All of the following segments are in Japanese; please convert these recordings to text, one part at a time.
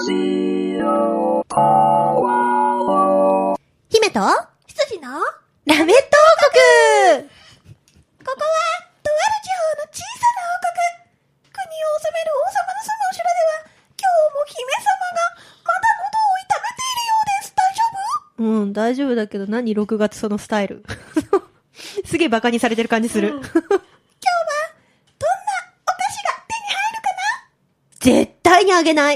姫と羊のラメット王国。 ここはとある地方の小さな王国。国を治める王様の住むお城では今日も姫様がまだ喉を痛めているようです。大丈夫？ うん、大丈夫だけど何6月そのスタイル。すげえバカにされてる感じする。 今日はどんなお菓子が手に入るかな？ 絶対にあげない。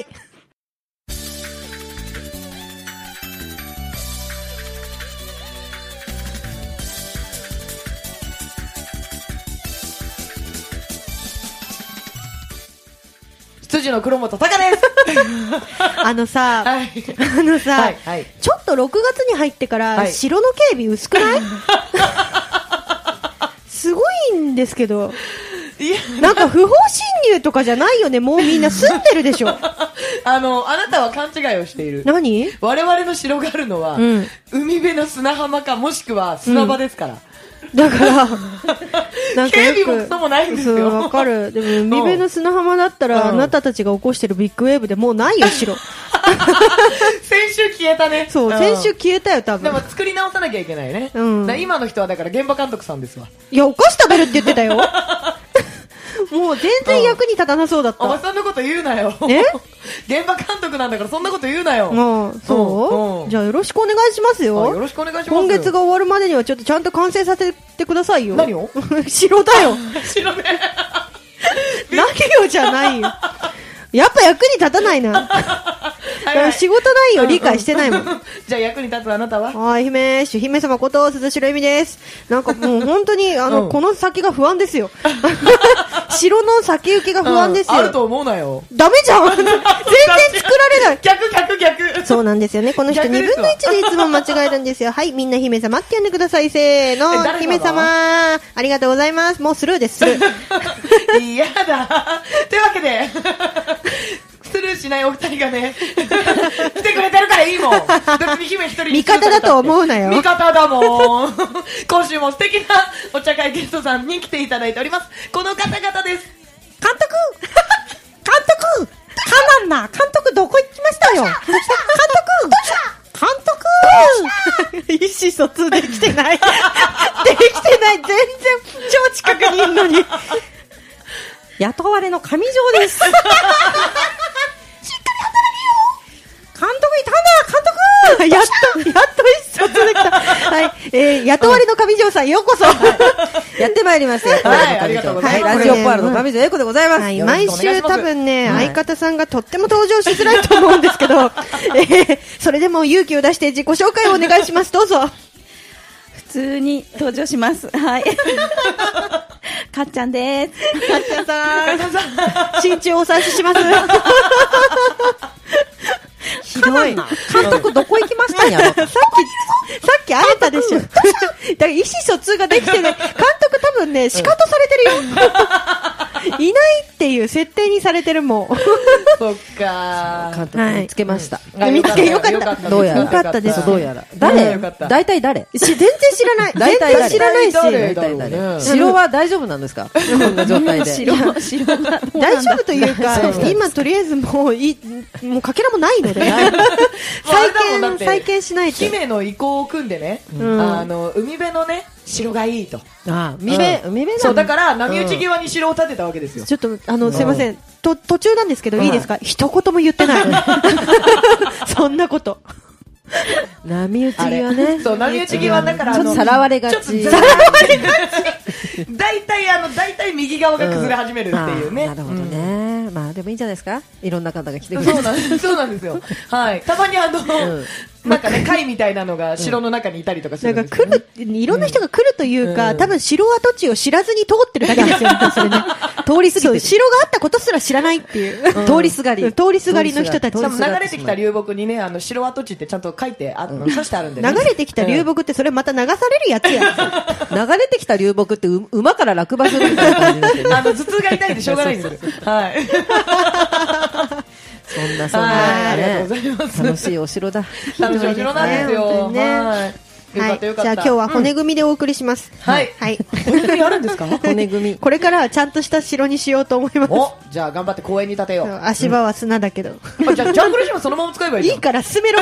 羊の黒本隆です。 あのさ、 はい、 ちょっと6月に入ってから、城の警備薄くない？すごいんですけど。なんか不法侵入とかじゃないよね。もうみんな住んでるでしょ。 あなたは勘違いをしている。 何？ 我々の城があるのは、海辺の砂浜かもしくは砂場ですから。 だから、なんか警備もクソもないんですよ。 そう、わかる。でも、海辺の砂浜だったら、あなたたちが起こしてるビッグウェーブでもうないよ、城。 先週消えたね。 そう、先週消えたよ、多分。 でも作り直さなきゃいけないね。今の人はだから現場監督さんですわ。 いや、お菓子食べるって言ってたよ。もう全然役に立たなそうだった。 おばさんのこと言うなよ。現場監督なんだからそんなこと言うなよ。 そう、じゃあよろしくお願いしますよ。 よろしくお願いします。 今月が終わるまでにはちょっとちゃんと完成させてくださいよ。 何を？ 城だよ。 城ね。 何よじゃないよ。やっぱ役に立たないな。仕事内容理解してないもん。 じゃあ役に立つあなたは？ はい、姫様こと鈴代恵美です。なんかもう本当にこの先が不安ですよ。城の先行きが不安ですよ。 あると思うなよ。 ダメじゃん。全然作られない。 逆。 そうなんですよね。この人2分の1でいつも間違えるんですよ。はい、みんな姫様って呼んでください。せーの。姫様。ありがとうございます。もうスルーです。スルー。 嫌だ。というわけで。スルーしないお二人がね来てくれてるからいいもん。別に姫一人に味方だと思うなよ。 味方だもん。今週も素敵なお茶会ゲストさんに来ていただいております。この方々です。 監督カナンナ監督どこ行きましたよ。監督意思疎通できてない。全然超近くにいるのに。 雇われの上条です。しっかり働けよ。監督いたんだ。監督やっと意思疎通できた。はい、雇われの上条さんようこそ。 やってまいりました。 はい、ありがとうございます。 ラジオパールの上条英子でございます。 毎週多分ね、相方さんがとっても登場しづらいと思うんですけど、それでも勇気を出して自己紹介をお願いします。どうぞ。 普通に登場します。はい。かっちゃんです。 かっちゃんさん。身長お察しします。 ひどい。監督どこ行きましたんやろ。 さっき会えたでしょ。だから意思疎通ができてね、監督多分ね、シカトされてるよ。いないっていう設定にされてるもん。 そっか。 監督見つけました。 見つけよかった。 どうやら。 よかったです。 どうやら。誰？大体誰？ 全然知らない。全然知らないし。 大体誰？城は大丈夫なんですか？こんな状態で。 城が大丈夫というか、今とりあえずもうかけらもないので。再建しないと。 姫の意向を組んでね、海辺のね城がいいと。 海辺そうだから波打ち際に城を建てたわけですよ。 ちょっとすいません。途中なんですけどいいですか？一言も言ってない。そんなこと。 波打ち際ね。 そう波打ち際だからちょっとさらわれがち。 大体右側が崩れ始めるっていうね。 なるほどね。まあでもいいんじゃないですか。いろんな方が来てくれて。そうなんですよ。はい。たまになんかね貝みたいなのが城の中にいたりとかするんですよね。 いろんな人が来るというか、多分城跡地を知らずに通ってるだけですよ。それね。通り過ぎて城があったことすら知らないっていう。 通りすがりの人たち。 流れてきた流木にね城跡地ってちゃんと書いて刺してあるんで。 流れてきた流木ってそれまた流されるやつや。 流れてきた流木って馬から落馬するみたいな感じになってる。 頭痛が痛いんでしょうがないんですよ。はい。 そんなね。 ありがとうございます。 楽しいお城だ。 楽しいお城なんですよ。はい。 よかったよかった。 じゃあ今日は骨組みでお送りします。 はい。 はい。 骨組みあるんですか？ 骨組み。 これからはちゃんとした城にしようと思います。 お、じゃあ頑張って公園に建てよう。 足場は砂だけど。 じゃあジャングルジムそのまま使えばいいじゃん。 いいから進めろ。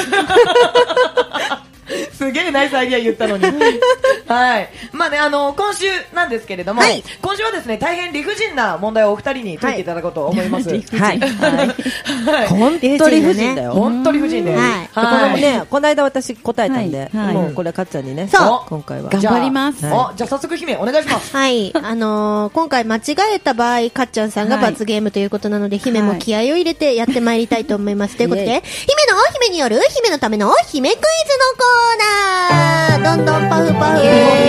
すげえナイスアイディア言ったのに。はい。まあね、今週なんですけれども、今週はですね、大変理不尽な問題をお二人に解いていただこうと思います。 はい。本当理不尽だよ。 本当理不尽です。 このね、この間私答えたんで、もうこれかっちゃんにね、今回は。 頑張ります。 じゃあ早速姫お願いします。 はい。今回間違えた場合、かっちゃんさんが罰ゲームということなので、姫も気合を入れてやってまいりたいと思います。ということで、姫の姫による姫のための姫クイズのコーナー、どんどんパフパフ。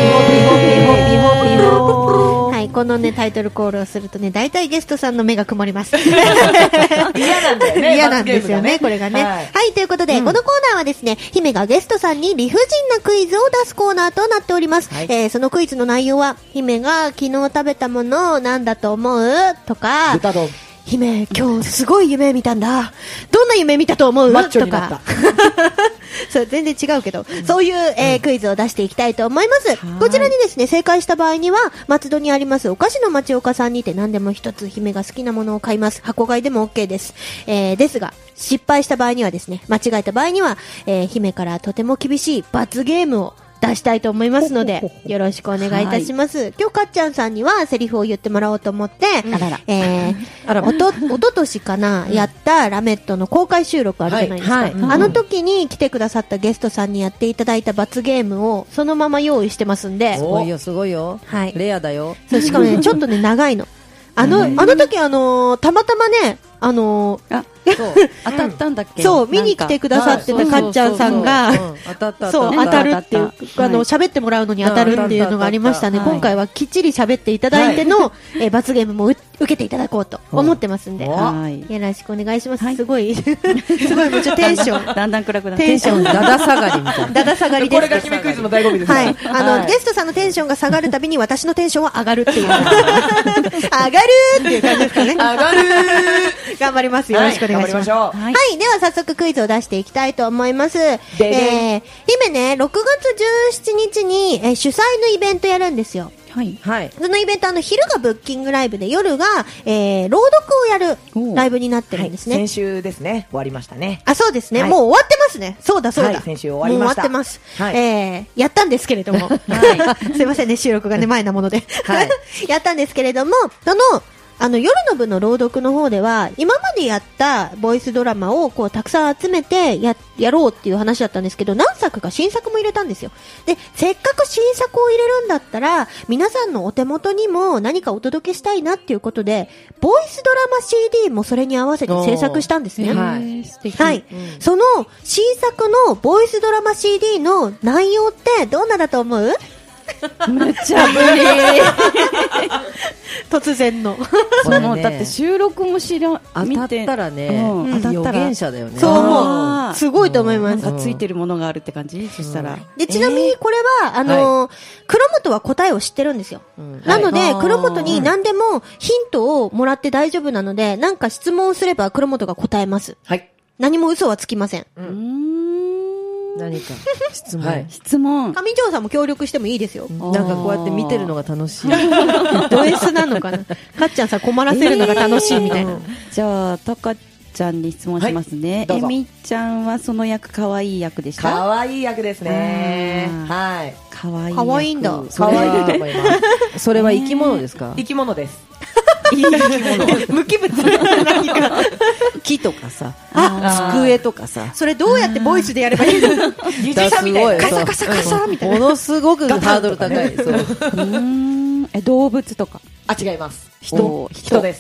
はい、このねタイトルコールをするとね、大体ゲストさんの目が曇ります。 嫌なんだよね。 嫌なんですよね、これがね。はい、ということで、このコーナーはですね、姫がゲストさんに理不尽なクイズを出すコーナーとなっております。そのクイズの内容は、姫が昨日食べたものなんだと思うとか、 豚丼。 姫、今日すごい夢見たんだ。どんな夢見たと思うマッチョとになったか。そう、全然違うけど、そういう、クイズを出していきたいと思います。こちらにですね、正解した場合には、松戸にありますお菓子の町岡さんにて何でも一つ姫が好きなものを買います。箱買いでも OK です。ですが、失敗した場合にはですね、間違えた場合には、姫からとても厳しい罰ゲームを出したいと思いますので、よろしくお願いいたします。今日かっちゃんさんにはセリフを言ってもらおうと思って、おととしかな、やったラメットの公開収録あるじゃないですか。あの時に来てくださったゲストさんにやっていただいた罰ゲームをそのまま用意してますんで。 すごいよ、すごいよ。 はい。 レアだよ。 そう、しかもね、ちょっとね、長いの。あの時たまたまね、 そう当たったんだっけ。 そう、見に来てくださってたかっちゃんさんが、そう、当たるっていう、喋ってもらうのに当たるっていうのがありましたね。今回はきっちり喋っていただいての罰ゲームも受けていただこうと思ってますんで、よろしくお願いします。すごい、めっちゃテンション。 だんだん暗くなって。 テンション、 だだ下がりみたいな。 だだ下がりです。 これが姫クイズの醍醐味です。 はい。ゲストさんのテンションが下がるたびに私のテンションは上がるっていう。上がるっていう感じですかね。 上がる頑張ります。よろしくお願いします。 はい、 では早速クイズを出していきたいと思います。姫ね、6月17日に、主催のイベントやるんですよ。 はい。 そのイベント昼がブッキングライブで夜が、朗読をやるライブになってるんですね。 先週ですね、終わりましたね。 あ、そうですね。もう終わってますね。そうだ。 先週終わりました。 もう終わってます。やったんですけれども。すいませんね、収録がね、前なもので。やったんですけれども、夜の部の朗読の方では、今までやったボイスドラマをこうたくさん集めてやろうっていう話だったんですけど、何作か新作も入れたんですよ。で、せっかく新作を入れるんだったら、皆さんのお手元にも何かお届けしたいなっていうことで、ボイスドラマ CD もそれに合わせて制作したんですね。はい。その新作のボイスドラマ CD の内容ってどんなだと思う？ むちゃぶり突然のだって収録も当たったらね、予言者だよね。 そう思う。すごいと思います。 なんかついてるものがあるって感じ。そしたらで、ちなみにこれは黒本は答えを知ってるんですよ。なので黒本に何でもヒントをもらって大丈夫なので、なんか質問をすれば黒本が答えます。 はい。 何も嘘はつきません。 何か質問。 質問。 上条さんも協力してもいいですよ。 なんかこうやって見てるのが楽しい。 ド S なのかな。かっちゃんさ困らせるのが楽しいみたいな。 じゃあたかちゃんに質問しますね。えみちゃんはその役可愛い役でした？ 可愛い役ですね。はい。 可愛い。 可愛いんだ。 可愛いと思います。 それは生き物ですか？ 生き物です。 無機物。 木とかさ、机とかさ。 それどうやってボイスでやればいいの？ 疑似者みたいな。 カサカサカサみたいな。 ものすごくハードル高い。 動物とか。 違います。人です。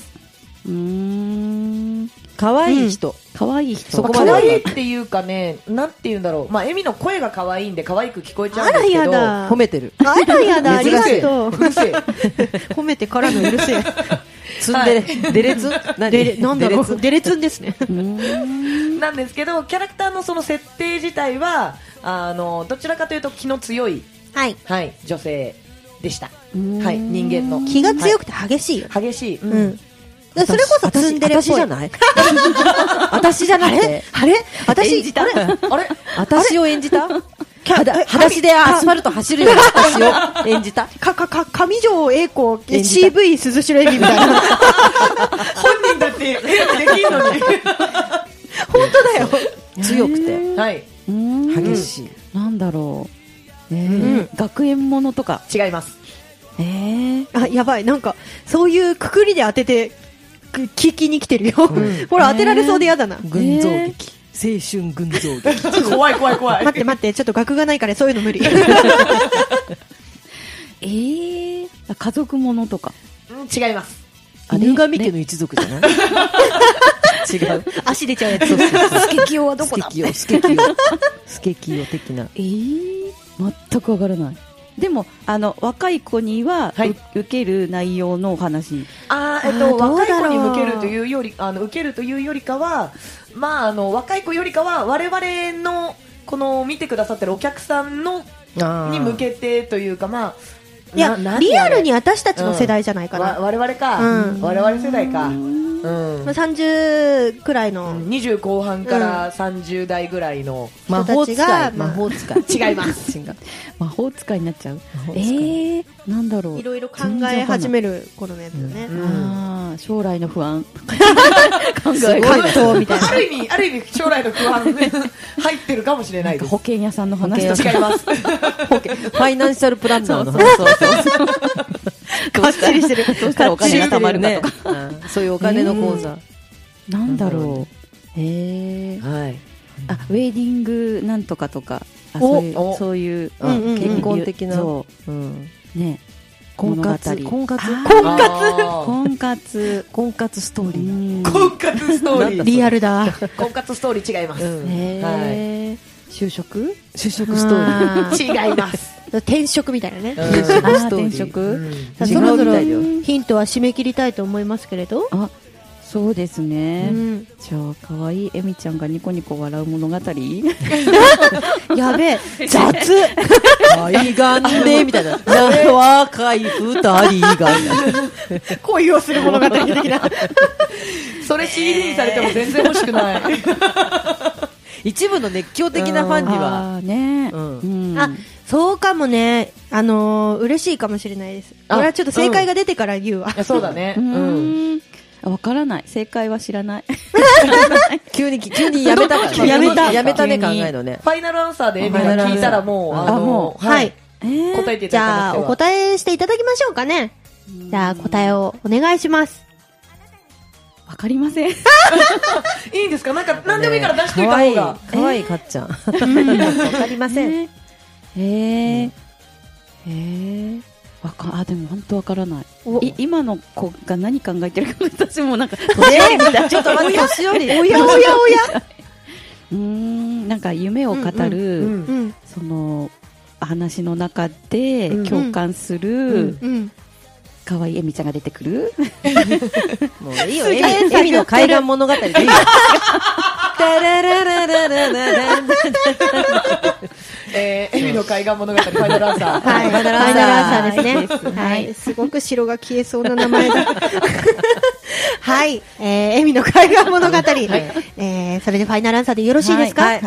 可愛い人。 可愛い人。 可愛いっていうかね、なんて言うんだろう。まあエミの声が可愛いんで可愛く聞こえちゃうんですけど。 あらやだ。 褒めてる。 あらやだ。ありがとう。 うるせえ。 褒めてからのうるせえ。 ツンデレ、デレツなんだろう、デレツンですね。 なんですけど、キャラクターのその設定自体は、どちらかというと気の強い、はい、女性でした。はい、人間の。 気が強くて激しいよ。 激しい。 うん。それこそツンデレっぽい。 私じゃない？私じゃなくて。 あれ私、 あれ私を演じた？ 裸足でアスファルト走るような私を演じた。 上条英子 CV 鈴代エビみたいな。 本人だって演技できんのに。 本当だよ。 強くて。 はい。 激しい。 なんだろう。学園ものとか。 違います。 あ、やばい。なんか、そういうくくりで当てて、聞きに来てるよ。ほら、当てられそうでやだな。 群像劇。青春群像劇。 怖い。 待って、ちょっと額がないからそういうの無理。 家族ものとか。 違います。 犬神家の一族じゃない？違う。 足出ちゃうやつ。 スケキヨはどこだ？ スケキヨ的な。 全くわからない。でも若い子には受ける内容のお話。 若い子に向けるというより受けるというよりかは、まあ若い子よりかは我々のこの見てくださってるお客さんのに向けてというか、まあいやリアルに私たちの世代じゃないかな。 我々か。我々世代か。 30くらいの 20後半から30代ぐらいの魔法使い。 違います。 魔法使いになっちゃう。なんだろう。 いろいろ考え始める頃のやつよね。 将来の不安。 考え葛藤みたいな。 ある意味将来の不安入ってるかもしれないです。 保険屋さんの話と違います。 ファイナンシャルプランナーの話。 かっちりしてる。 どうしたらお金が貯まるかとか。 そういうお金の口座。 なんだろう。 はい。 ウェディングなんとかとか。そういう結婚的な。 ね。 婚活ストーリー。 リアルだ。 婚活ストーリー違います。 就職ストーリー違います。 転職みたいなね。 転職。 そろそろヒントは締め切りたいと思いますけれど。 そうですね。じゃあ可愛いエミちゃんがニコニコ笑う物語。 やべえ、雑。 海岸でみたいな。若い二人が恋をする物語的な。 それ CD にされても全然欲しくない。 一部の熱狂的なファンにはね。 そうかもね。嬉しいかもしれないです。これはちょっと正解が出てから言うわ。 そうだね。 わからない。正解は知らない。 急にやめたからね。やめたね、考えのね。 ファイナルアンサーでエミが聞いたらもう、はい。答えていただきます。 じゃあ、お答えしていただきましょうかね。じゃあ、答えをお願いします。 わかりません。いいんですか？なんか、なんでもいいから出しといた方が。 かわいい、かっちゃん。わかりません。 でも本当わからない。今の子が何考えてるか私もなんか、ちょっと待って、年寄り。 おや。 なんか夢を語る、その、話の中で共感する、可愛いエミちゃんが出てくる。 もういいよ、エミの海岸物語でいいよ。 エミの海岸物語、ファイナルアンサー。 はい、ファイナルアンサーですね。はい、すごく城が消えそうな名前だ。はい、エミの海岸物語。それでファイナルアンサーでよろしいですか？はい。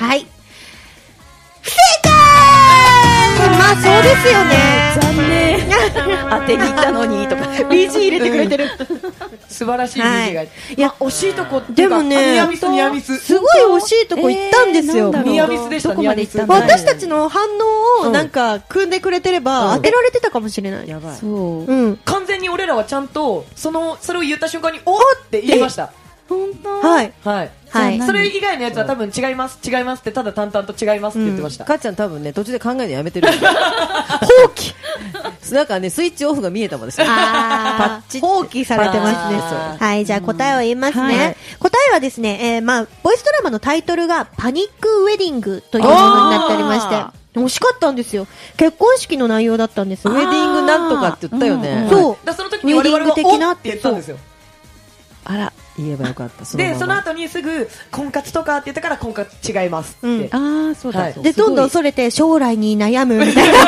不正解！まあそうですよね。 残念。当てに行ったのにとか BG 入れてくれてる。 素晴らしい BG が。いや、惜しいとこでもね、 ニアミス。 すごい惜しいとこ行ったんですよ。 ニアミスでした。 私たちの反応をなんか組んでくれてれば当てられてたかもしれない。 やばい。 そう。完全に俺らはちゃんとそれを言った瞬間におって言いました。 本当？ はい。 それ以外のやつは多分違いますってただ淡々と違いますって言ってました。 かっちゃん多分ね、途中で考えるのやめてる。放棄。なんかね、スイッチオフが見えたもんですよ。 放棄されてますね。はい、じゃあ答えを言いますね。答えはですね、ボイスドラマのタイトルがパニックウェディングというものになっておりまして、惜しかったんですよ。結婚式の内容だったんです。 ウェディングなんとかって言ったよね。 そう。 その時に我々はおって言ったんですよ。 あら。言えばよかった。 で、その後にすぐ婚活とかって言ったから婚活違いますって。 そうだ。 で、どんどんそれて将来に悩むみたいな。 そう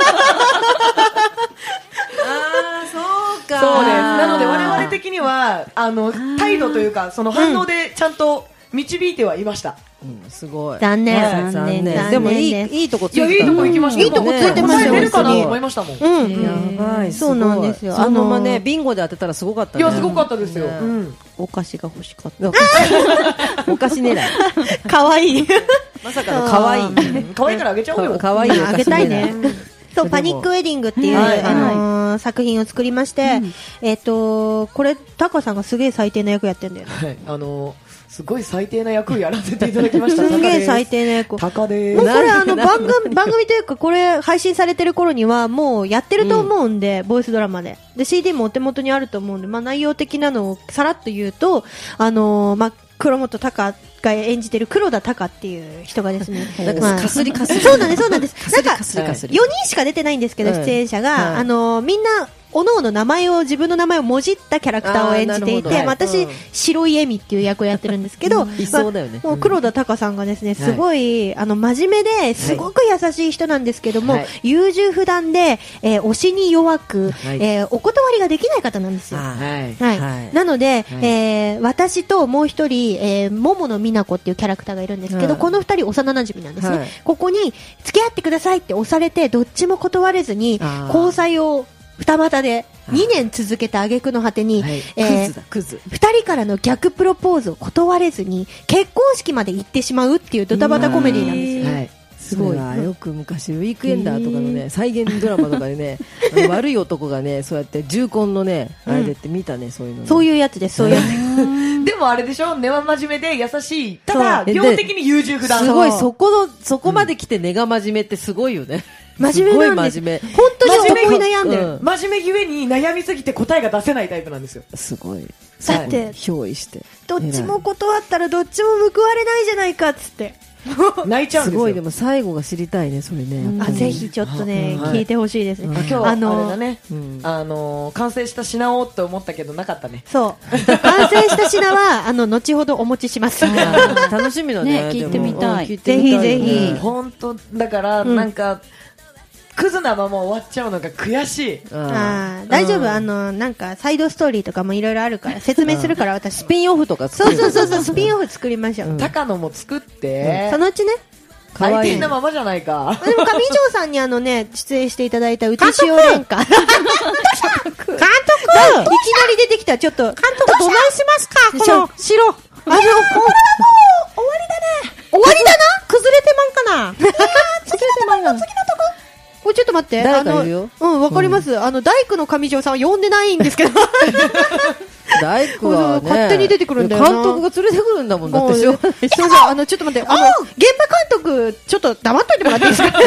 か。 そうです。なので我々的には態度というかその反応でちゃんと導いてはいました。 すごい。 残念。 はい残念。 残念でもいですいとこついや、いいとこ行きましたよ。 いいとこついてますよ答え出るかなと思いましたもん。 やばい。 そうなんですよ。 そのままね、ビンゴで当てたらすごかったね。 いや、すごかったですよ。 お菓子が欲しかった。 お菓子狙い。 かわいい。 まさかの可愛い。 可愛いからあげちゃおうよ。 可愛いお菓子狙い。 あげたいね。そう、パニックウェディングっていう作品を作りまして、これ、タカさんがすげえ最低な役やってんだよね。 はい。すごい最低な役やらせていただきました。 すげえ最低な役。 タカでもうこれす。 番組というかこれ配信されてる頃にはもうやってると思うんで、ボイスドラマで。で、CD もお手元にあると思うんで、まあ内容的なのをさらっと言うと、まあ、黒本隆が演じてる黒田隆っていう人がですね。 なんかかすりかすり。 そうなんです、そうなんです。なんか、 かすりかすり。 4人しか出てないんですけど、出演者が、みんな、おのおの自分の名前をもじったキャラクターを演じていて、私、白井恵美っていう役をやってるんですけど、 いそうだよね。 もう黒田隆さんがですね、すごい、真面目で、すごく優しい人なんですけども、優柔不断で、推しに弱く、お断りができない方なんですよ。はい。なので、私ともう一人、桃野美奈子っていうキャラクターがいるんですけど、この二人幼馴染なんですね。ここに、付き合ってくださいって押されて、どっちも断れずに、交際を二股で2年続けた挙句の果てに、 クズ。 2人からの逆プロポーズを断れずに結婚式まで行ってしまうっていうドタバタコメディなんですよ。 はい。すごい。よく昔ウィークエンダーとかのね、再現ドラマとかでね、悪い男がね、そうやって重婚のね、あれでって見たね、そういうの。 そういうやつです、そういうやつ。 でもあれでしょ、根は真面目で優しい。ただ、業的に優柔不断。 すごい、そこまで来て根が真面目ってすごいよね。 真面目なんです。 真面目。 本当に思い悩んでる。 真面目ゆえに悩みすぎて答えが出せないタイプなんですよ。 すごい。 だって、 憑依して。 どっちも断ったらどっちも報われないじゃないかっつって。 泣いちゃうんですよ。 すごい、でも最後が知りたいね、それね。 ぜひちょっとね、聞いてほしいですね。 今日、あれだね、完成した品をって思ったけどなかったね。 そう。完成した品は、後ほどお持ちします。 楽しみだね。 聞いてみたい。 ぜひぜひ。 本当だから、なんか、クズなまま終わっちゃうのが悔しい。 大丈夫、なんか、サイドストーリーとかもいろいろあるから、説明するから私。 スピンオフとか作る。そう、スピンオフ作りましょう。 高野も作って、 そのうちね。 最低なままじゃないか。 でも、上条さんに出演していただいたうちしおれんか。監督いきなり出てきた、ちょっと。監督どないしますかこの白。これはもう、終わりだね。終わりだな崩れてまんかな次のとこ。これちょっと待って。 誰かいるよ。 わかります。大工の上条さんは呼んでないんですけど。 大工はね、 勝手に出てくるんだよな。 監督が連れてくるんだもんだって。 ちょっと待って、現場監督、ちょっと黙っといてもらっていいですか。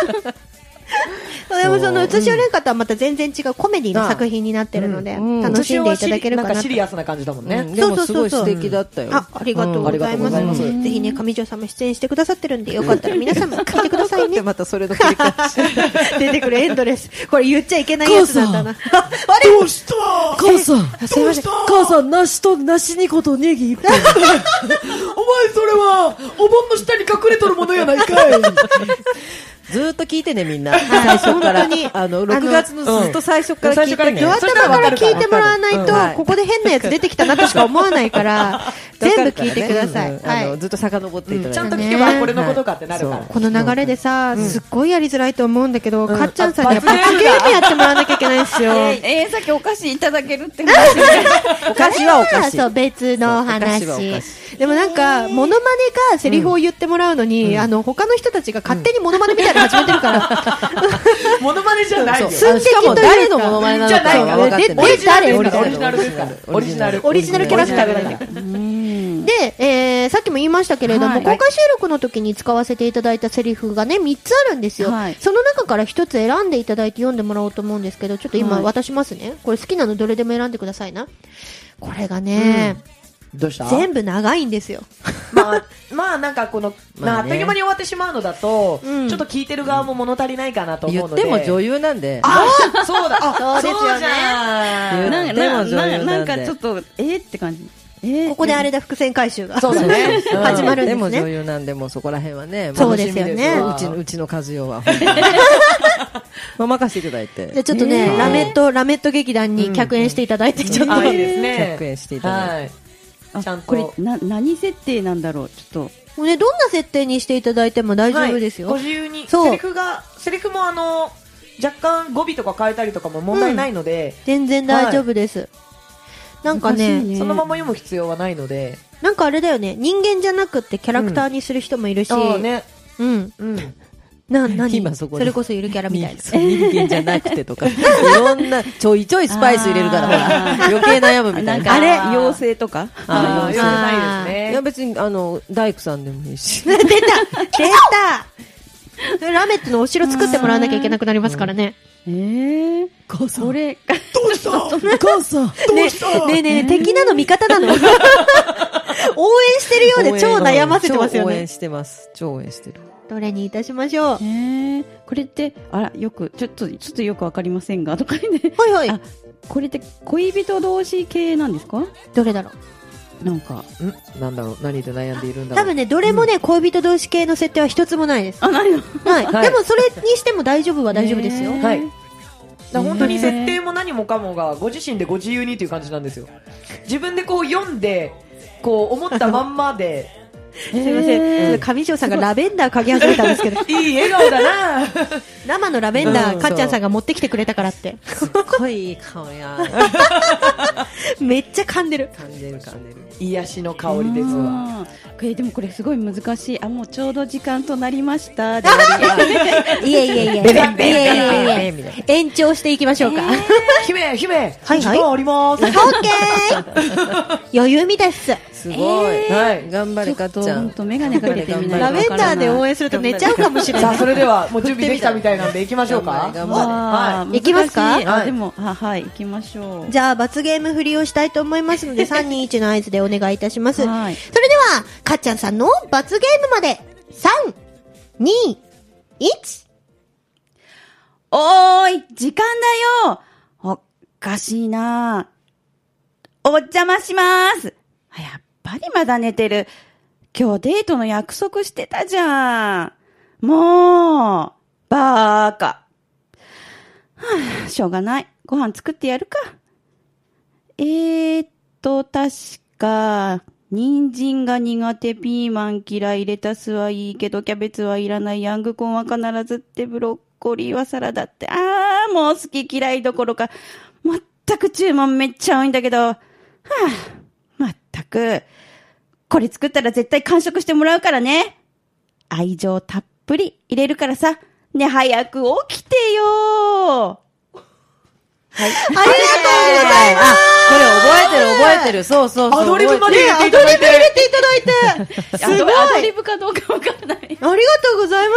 でもその、うつしおれんかとはまた全然違うコメディの作品になってるので、楽しんでいただけるかな。 なんかシリアスな感じだもんね。 でもすごい素敵だったよ。 ありがとうございます。ぜひね、上条さんも出演してくださってるんで、よかったら皆さんも聞いてくださいね。 またそれの繰り返し。 出てくるエンドレス。これ言っちゃいけないやつなんだな。 どうした母さん、すいません。母さん、梨にことネギ一本。 お前それは、お盆の下に隠れとるものやないかい。 ずーっと聞いてね、みんな。最初から。6月のずっと最初から聞いてね。 ドア頭から聞いてもらわないと、ここで変なやつ出てきたなとしか思わないから、全部聞いてください。 ずっと遡っていただいて。 ちゃんと聞けばこれのことかってなるから。 この流れでさ、すっごいやりづらいと思うんだけど、かっちゃんさんには罰ゲームやってもらわなきゃいけないんですよ。 さっきお菓子いただけるって話で。 お菓子はお菓子。 そう、別の話。でもなんか、モノマネがセリフを言ってもらうのに、他の人たちが勝手にモノマネみたいなの始めてるから。 モノマネじゃないよ。 しかも誰のモノマネなのかが分かってない。 オリジナルですから。オリジナルキャラクターが出てくる。で、さっきも言いましたけれども、公開収録の時に使わせていただいたセリフがね、3つあるんですよ。その中から1つ選んでいただいて読んでもらおうと思うんですけど、ちょっと今渡しますね。これ好きなのどれでも選んでくださいな。これがね、 どうした？ 全部長いんですよ。 まあなんかこの、あっという間に終わってしまうのだと、ちょっと聞いてる側も物足りないかなと思うので。 言っても女優なんで。 そうだ、 そうですよね。 なんかちょっと、って感じ。 ここであれだ、伏線回収が。 そうだね。 始まるんですね。 でも女優なんで、もうそこら辺はね。 そうですよね。 うちの和代は。任せていただいて。 じゃあちょっとね、ラメット劇団に客演していただいて、ちょっと。 いいですね。 客演していただいて。 ちゃんと。 これ何設定なんだろう、ちょっと。 もうね、どんな設定にしていただいても大丈夫ですよ。 ご自由に。 そうセリフも若干語尾とか変えたりとかも問題ないので、 全然大丈夫です。なんかね、 そのまま読む必要はないので。 なんかあれだよね、人間じゃなくってキャラクターにする人もいるし、 ね。 うん。何今そこでそれこそゆるキャラみたいな。 人間じゃなくてとか、いろんな、ちょいちょいスパイス入れるから、ほら、余計悩むみたいな。 あれ妖精とかよくないですね。 いや別に、大工さんでもいいし。 出たラメットのお城作ってもらわなきゃいけなくなりますからね。 母さん。 これ、 どうした母さん。 ねえねえ、敵なの味方なの応援してるようで超悩ませてますよね。 超応援してます。超応援してる。 どれにいたしましょう。 これって、ちょっとよくわかりませんが、とかね。 はいはい。 これって恋人同士系なんですか？ どれだろう。 なんか。 なんだろう、何で悩んでいるんだろう。 多分ね、どれもね、恋人同士系の設定は一つもないです。 ないの？ はい。でもそれにしても大丈夫は大丈夫ですよ。 はい。本当に設定も何もかもがご自身でご自由にという感じなんですよ。自分でこう読んで、こう思ったまんまで。 すいません。上条さんがラベンダー嗅ぎ始めたんですけど。 いい笑顔だな。 生のラベンダー、かっちゃんさんが持ってきてくれたからって。 すっごいいい香りや。 めっちゃ噛んでる。 噛んでる。 癒しの香りですわ。 でもこれすごい難しい。もうちょうど時間となりました。 いえ。延長していきましょうか。 姫、 はい時間あります。 オッケー。余裕みたいっす。 すごい。頑張れ、かっちゃん。 メガネかけてみないとラベンダーで応援すると寝ちゃうかもしれない。 さあ、それではもう準備できたみたいなんで行きましょうか。 頑張れ。行きますか？ でも、はい、行きましょう。 じゃあ、罰ゲーム振りをしたいと思いますので、3、2、1の合図でお願いいたします。それでは、かっちゃんさんの罰ゲームまで、3、2、1。 おーい、時間だよ。おかしいな。お邪魔します。やっぱりまだ寝てる。今日デートの約束してたじゃん。もう、バーカ。しょうがない。ご飯作ってやるか。確か、人参が苦手、ピーマン嫌い、レタスはいいけど、キャベツはいらない、ヤングコーンは必ずって、ブロッコリーはサラダって、もう好き嫌いどころか、まったく注文めっちゃ多いんだけど、まったく、これ作ったら絶対完食してもらうからね。愛情たっぷり入れるからさ、ね、早く起きてよ。はい。 ありがとうございます。 これ覚えてる。そう。 アドリブまで入れていただいて。 すごい。 アドリブかどうかわからない。 ありがとうございます。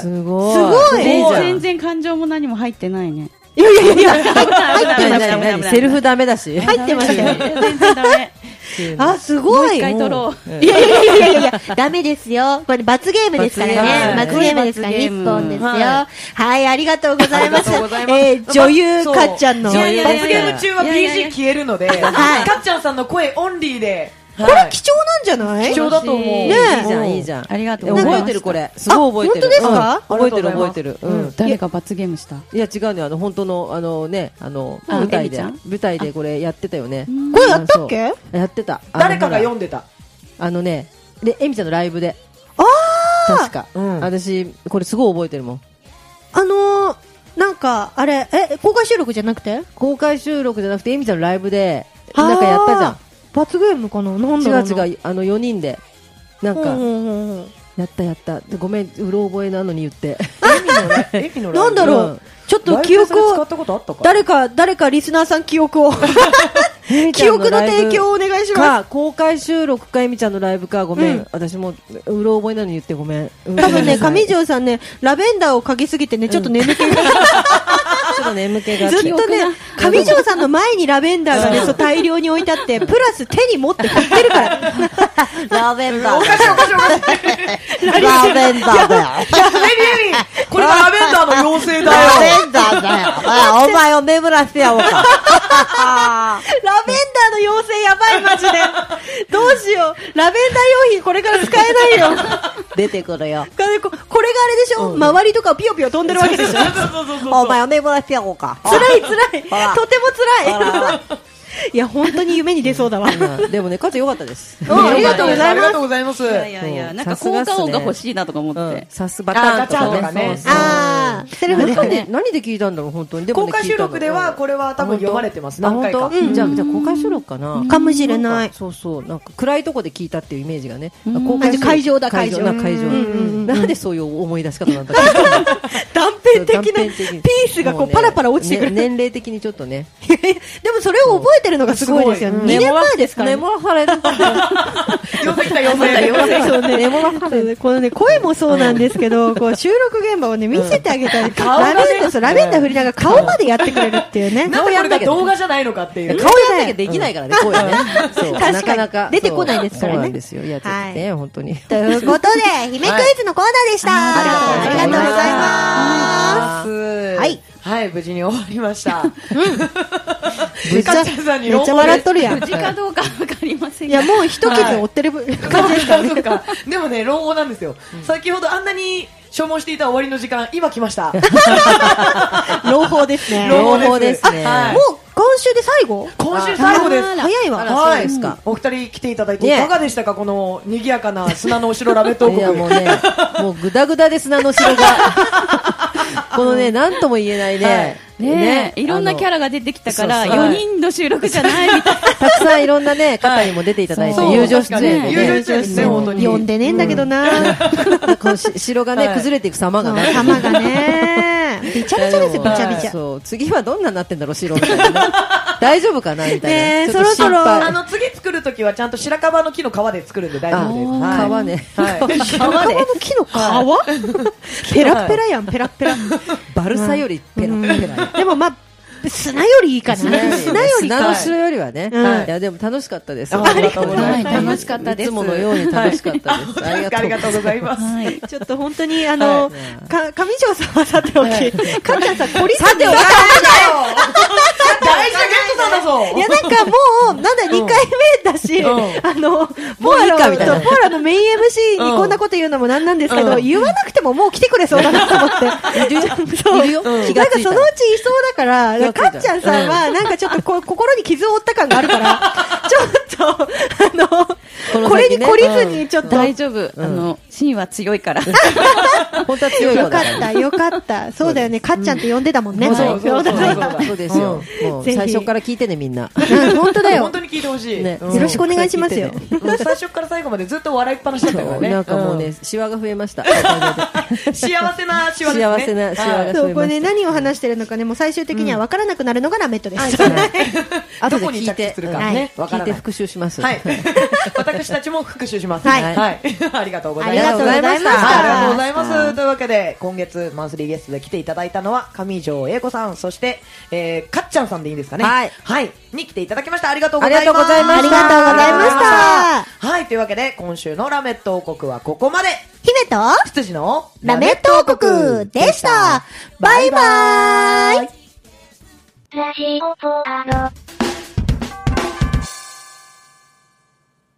すごい。 全然感情も何も入ってないね。 いや、入ってましたよ。 セルフダメだし。 入ってましたよ。 全然ダメ。 すごい。 もう一回撮ろう。 いや、ダメですよ。これ罰ゲームですからね。罰ゲームですから、日本ですよ。はい、ありがとうございます。女優かっちゃんの。 罰ゲーム中は BG 消えるので、かっちゃんさんの声オンリーで。 これ貴重なんじゃない？ 貴重だと思う。 ねいいじゃん。 ありがとう。 覚えてるこれ。すごい覚えてる。 本当ですか？ 覚えてる。 誰が罰ゲームした？ いや違うね、本当の舞台でこれやってたよね。 これやったっけ？ やってた。 誰かが読んでた。 でエミちゃんのライブで。確か。私これすごい覚えてるもん。 なんかあれ公開収録じゃなくて？ 公開収録じゃなくてエミちゃんのライブでなんかやったじゃん。 罰ゲームかな？なんだろうな。 違う4人でなんかやったごめんうろ覚えなのに言ってなんだろう、ちょっと記憶を誰かリスナーさん記憶を記憶の提供をお願いします。 公開収録かエミちゃんのライブかごめん、私もうろ覚えなのに言ってごめん。 多分ね上条さんねラベンダーを嗅ぎすぎてねちょっと眠気がちょっと眠気がずっとね上条さんの前にラベンダーがね大量に置いてあってプラス手に持って振ってるからラベンダーおかしいラベンダーだよこれがラベンダーの妖精だよ。 ラベンダーだよお前を眠らせてやろうかラベンダーの妖精やばいマジでどうしようラベンダー用品これから使えないよ出てくるよこれがあれでしょ、周りとかピヨピヨ飛んでるわけでしょお前を眠らせてやろうか辛いとても辛いいや、本当に夢に出そうだわ。 でもね、数良かったです。 ありがとうございます。 ありがとうございます。 いや、なんか効果音が欲しいなとか思って。 さすバターンとかね。 ああ、セルフでね。 何で聞いたんだろう、本当に。 公開収録では、これは多分読まれてます、何回か。 じゃあ公開収録かな。 かもしれない。 そうそう、なんか暗いとこで聞いたっていうイメージがね。 会場だ、会場。 なんでそういう思い出し方なんだろう。 断片的なピースがこうパラパラ落ちてくる。 年齢的にちょっとね。 でもそれを覚えてるのがすごいですよね。2年前ですからね。 ネモラファレだ。 妖精来た、妖精。 そうね、ネモラファレ。このね、声もそうなんですけど、こう収録現場をね、見せてあげたい。ラベンダー振りながら顔までやってくれるっていうね。 なんでこれが動画じゃないのかっていう。 顔やんなきゃできないからね、声ね。 確かに。出てこないですからね。 そうなんですよ。いや、ちょっとね、本当に。 ということで、姫クイズのコーナーでした。ありがとうございます。 はい。はい、無事に終わりました。 めっちゃ笑っとるやん。 無事かどうかわかりませんいや、もう一傷負ってる感じですからね。 でもね、朗報なんですよ。先ほどあんなに消耗していた終わりの時間、今来ました。 朗報ですね。 朗報ですね。 もう今週で最後？ 今週最後です。 早いわ。 はい。お二人来ていただいていかがでしたか、この賑やかな砂のお城ラメット王国。 いやもうね、もうグダグダで砂の城が。このね、なんとも言えないね。 ねいろんなキャラが出てきたから、4人の収録じゃないみたいな。 たくさんいろんなね、方にも出ていただいて、友情出演で。 友情出演ですね、本当に。 呼んでねえんだけどな。 この城がね、崩れていく様がね。 様がね。びちゃびちゃですよ、びちゃびちゃ。 そう、次はどんなになってんだろう、城みたいな。大丈夫かなみたいな。 そろそろ。 次作るときはちゃんと白樺の木の皮で作るんで大丈夫です。 皮ね。 白樺の木の皮ペラペラやん、ペラペラ。 バルサよりペラペラ。 でもまあ、砂よりいいかな。砂より砂の城よりはね。いや、でも楽しかったです。 ありがとうございます。 楽しかったです。 いつものように楽しかったです。 ありがとうございます。 ちょっと本当に、上条さんはさておき、かっちゃんさん、懲りずに。 大事なゲストさんだぞ。 いや、なんかもう、なんだ、2回目だし、ポーラのメイン MC にこんなこと言うのもなんなんですけど、言わなくてももう来てくれそうだなと思って。 いるよ。 なんかそのうちいそうだから、かっちゃんさんは、なんかちょっと心に傷を負った感があるから、ちょっと、これに懲りずにちょっと。 大丈夫。芯は強いから。 本当は強い子だから。 よかった。そうだよね。かっちゃんって呼んでたもんね。 そうですよ。もう最初から聞いてね、みんな。 本当だよ。 本当に聞いてほしい。 よろしくお願いしますよ。 最初から最後までずっと笑いっぱなしだったからね。 なんかもうね、シワが増えました。 幸せなシワですね。 幸せなシワが増えました。 これね、何を話してるのかね、もう最終的には分からなくなるのがラメットです。 どこに着地するかね、 聞いて復習します。 はい。私たちも復習します。 はい。 ありがとうございます。 ありがとうございました。 ありがとうございます。というわけで、今月マンスリーゲストで来ていただいたのは、上条英子さん、そして、かっちゃんさんでいいですかね。 はい。 はい。に来ていただきました。ありがとうございます。 ありがとうございました。 はい。というわけで、今週のラメット王国はここまで。 姫と羊のラメット王国でした。バイバーイ。 ラジオポアロ。